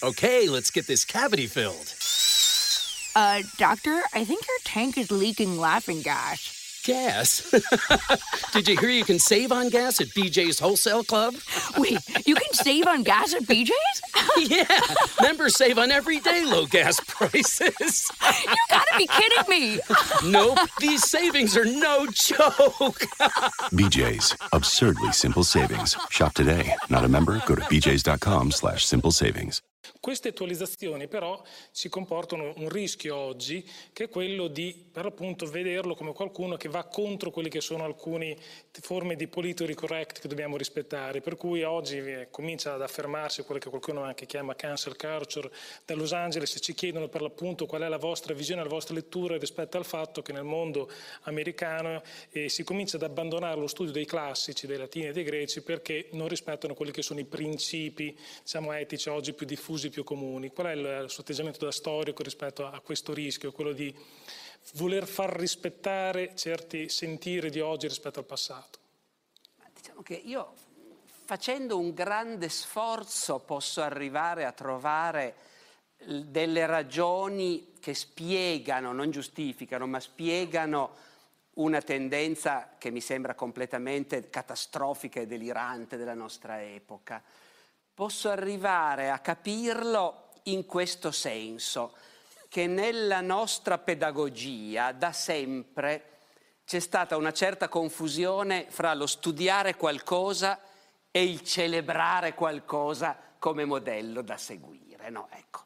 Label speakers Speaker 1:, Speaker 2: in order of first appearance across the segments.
Speaker 1: Okay, let's get this cavity filled.
Speaker 2: Doctor, I think your tank is leaking laughing gas.
Speaker 1: Gas? Did you hear you can save on gas at BJ's Wholesale Club?
Speaker 2: Wait, you can save on gas at BJ's?
Speaker 1: Yeah, members save on everyday low gas prices.
Speaker 2: You gotta be kidding me.
Speaker 1: Nope, these savings are no joke.
Speaker 3: BJ's, absurdly simple savings. Shop today. Not a member? Go to bjs.com/simple savings.
Speaker 4: Queste attualizzazioni però ci comportano un rischio oggi, che è quello di per appunto vederlo come qualcuno che va contro quelli che sono alcune forme di politically correct che dobbiamo rispettare, per cui oggi comincia ad affermarsi quello che qualcuno anche chiama cancel culture. Da Los Angeles ci chiedono per l'appunto qual è la vostra visione, la vostra lettura rispetto al fatto che nel mondo americano si comincia ad abbandonare lo studio dei classici, dei latini e dei greci, perché non rispettano quelli che sono i principi, diciamo, etici oggi più diffusi, più comuni. Qual è il suo atteggiamento da storico rispetto a questo rischio, quello di voler far rispettare certi sentiri di oggi rispetto al passato?
Speaker 5: Diciamo che io, facendo un grande sforzo, posso arrivare a trovare delle ragioni che spiegano, non giustificano, ma spiegano una tendenza che mi sembra completamente catastrofica e delirante della nostra epoca. Posso arrivare a capirlo in questo senso, che nella nostra pedagogia da sempre c'è stata una certa confusione fra lo studiare qualcosa e il celebrare qualcosa come modello da seguire. No, ecco.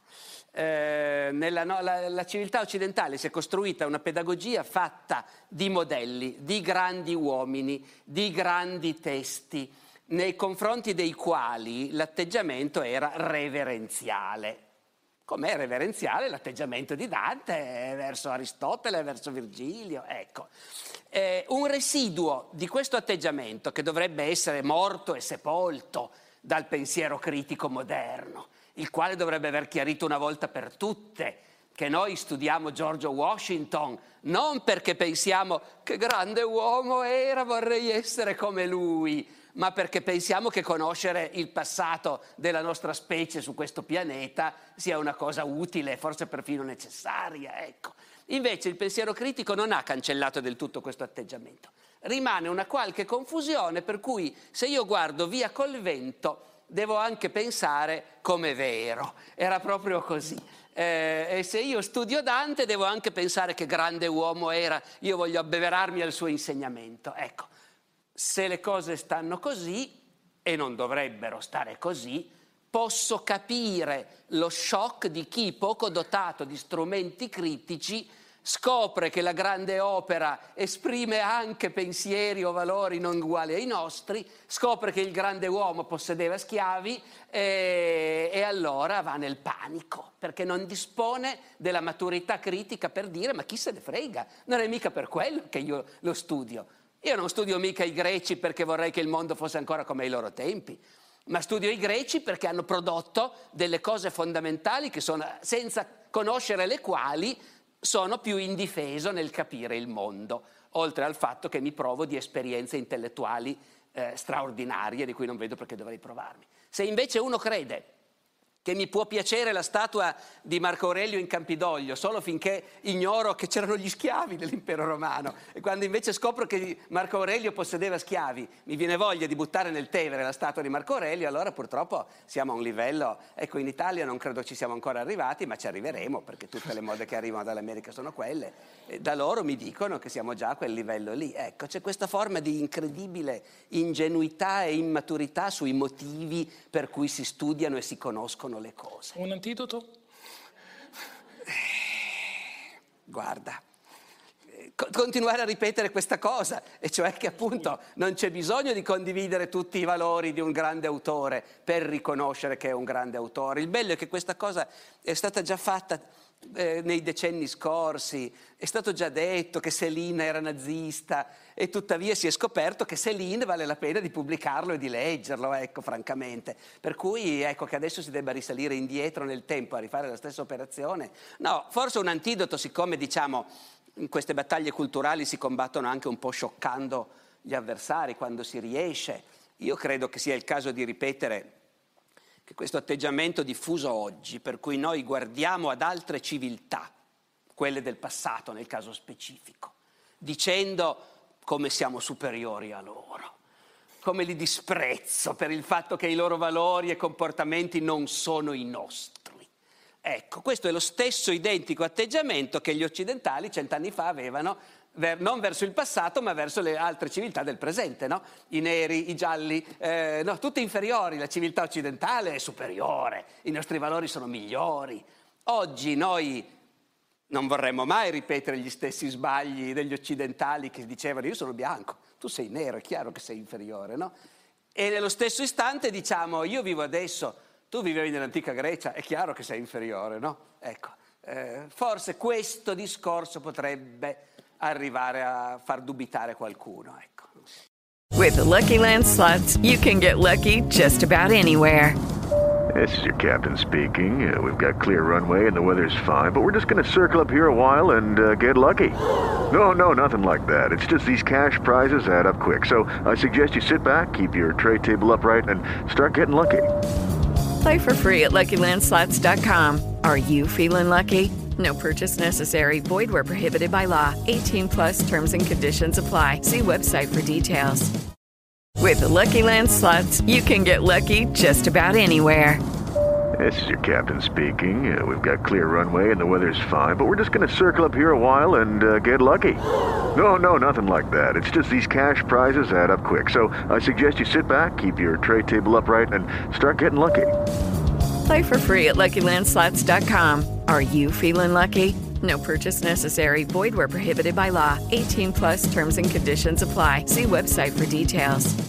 Speaker 5: La civiltà occidentale si è costruita una pedagogia fatta di modelli, di grandi uomini, di grandi testi, nei confronti dei quali l'atteggiamento era reverenziale. Com'è reverenziale l'atteggiamento di Dante verso Aristotele, verso Virgilio, ecco. Un residuo di questo atteggiamento, che dovrebbe essere morto e sepolto dal pensiero critico moderno, il quale dovrebbe aver chiarito una volta per tutte che noi studiamo George Washington non perché pensiamo che grande uomo era, vorrei essere come lui, ma perché pensiamo che conoscere il passato della nostra specie su questo pianeta sia una cosa utile, forse perfino necessaria, ecco. Invece il pensiero critico non ha cancellato del tutto questo atteggiamento. Rimane una qualche confusione per cui se io guardo via col vento devo anche pensare come vero. Era proprio così. E se io studio Dante devo anche pensare che grande uomo era, io voglio abbeverarmi al suo insegnamento, ecco. Se le cose stanno così, e non dovrebbero stare così, posso capire lo shock di chi, poco dotato di strumenti critici, scopre che la grande opera esprime anche pensieri o valori non uguali ai nostri, scopre che il grande uomo possedeva schiavi e allora va nel panico, perché non dispone della maturità critica per dire ma chi se ne frega, non è mica per quello che io lo studio. Io non studio mica i greci perché vorrei che il mondo fosse ancora come ai loro tempi, ma studio i greci perché hanno prodotto delle cose fondamentali che sono, senza conoscere le quali sono più indifeso nel capire il mondo, oltre al fatto che mi provo di esperienze intellettuali straordinarie di cui non vedo perché dovrei provarmi. Se invece uno crede che mi può piacere la statua di Marco Aurelio in Campidoglio solo finché ignoro che c'erano gli schiavi nell'impero romano, e quando invece scopro che Marco Aurelio possedeva schiavi mi viene voglia di buttare nel Tevere la statua di Marco Aurelio, allora purtroppo siamo a un livello, ecco, in Italia non credo ci siamo ancora arrivati, ma ci arriveremo perché tutte le mode che arrivano dall'America sono quelle, e da loro mi dicono che siamo già a quel livello lì. Ecco, c'è questa forma di incredibile ingenuità e immaturità sui motivi per cui si studiano e si conoscono le cose.
Speaker 4: Un antidoto?
Speaker 5: Guarda, continuare a ripetere questa cosa, e cioè che appunto non c'è bisogno di condividere tutti i valori di un grande autore per riconoscere che è un grande autore. Il bello è che questa cosa è stata già fatta nei decenni scorsi, è stato già detto che Céline era nazista e tuttavia si è scoperto che Céline vale la pena di pubblicarlo e di leggerlo, ecco, francamente. Per cui ecco che adesso si debba risalire indietro nel tempo a rifare la stessa operazione. No, forse un antidoto, siccome diciamo in queste battaglie culturali si combattono anche un po' scioccando gli avversari quando si riesce, io credo che sia il caso di ripetere che questo atteggiamento diffuso oggi, per cui noi guardiamo ad altre civiltà, quelle del passato nel caso specifico, dicendo come siamo superiori a loro, come li disprezzo per il fatto che i loro valori e comportamenti non sono i nostri. Ecco, questo è lo stesso identico atteggiamento che gli occidentali 100 anni fa avevano, non verso il passato, ma verso le altre civiltà del presente, no? I neri, i gialli, no, tutti inferiori, la civiltà occidentale è superiore, i nostri valori sono migliori. Oggi noi non vorremmo mai ripetere gli stessi sbagli degli occidentali che dicevano io sono bianco, tu sei nero, è chiaro che sei inferiore, no? E nello stesso istante diciamo io vivo adesso, tu vivevi nell'antica Grecia, è chiaro che sei inferiore, no? Ecco, forse questo discorso potrebbe arrivare a far dubitare qualcuno, ecco.
Speaker 6: With the Lucky Land Slots, you can get lucky just about anywhere.
Speaker 7: This is your captain speaking. We've got clear runway and the weather's fine, but we're just going to circle up here a while and get lucky. No, nothing like that. It's just these cash prizes add up quick. So I suggest you sit back, keep your tray table upright, and start getting lucky.
Speaker 6: Play for free at LuckyLandSlots.com. Are you feeling lucky? No purchase necessary. Void where prohibited by law. 18 plus terms and conditions apply. See website for details. With the Lucky Land Slots, you can get lucky just about anywhere.
Speaker 7: This is your captain speaking. We've got clear runway and the weather's fine, but we're just going to circle up here a while and get lucky. No, nothing like that. It's just these cash prizes add up quick. So I suggest you sit back, keep your tray table upright, and start getting lucky.
Speaker 6: Play for free at LuckyLandSlots.com. Are you feeling lucky? No purchase necessary. Void where prohibited by law. 18 plus terms and conditions apply. See website for details.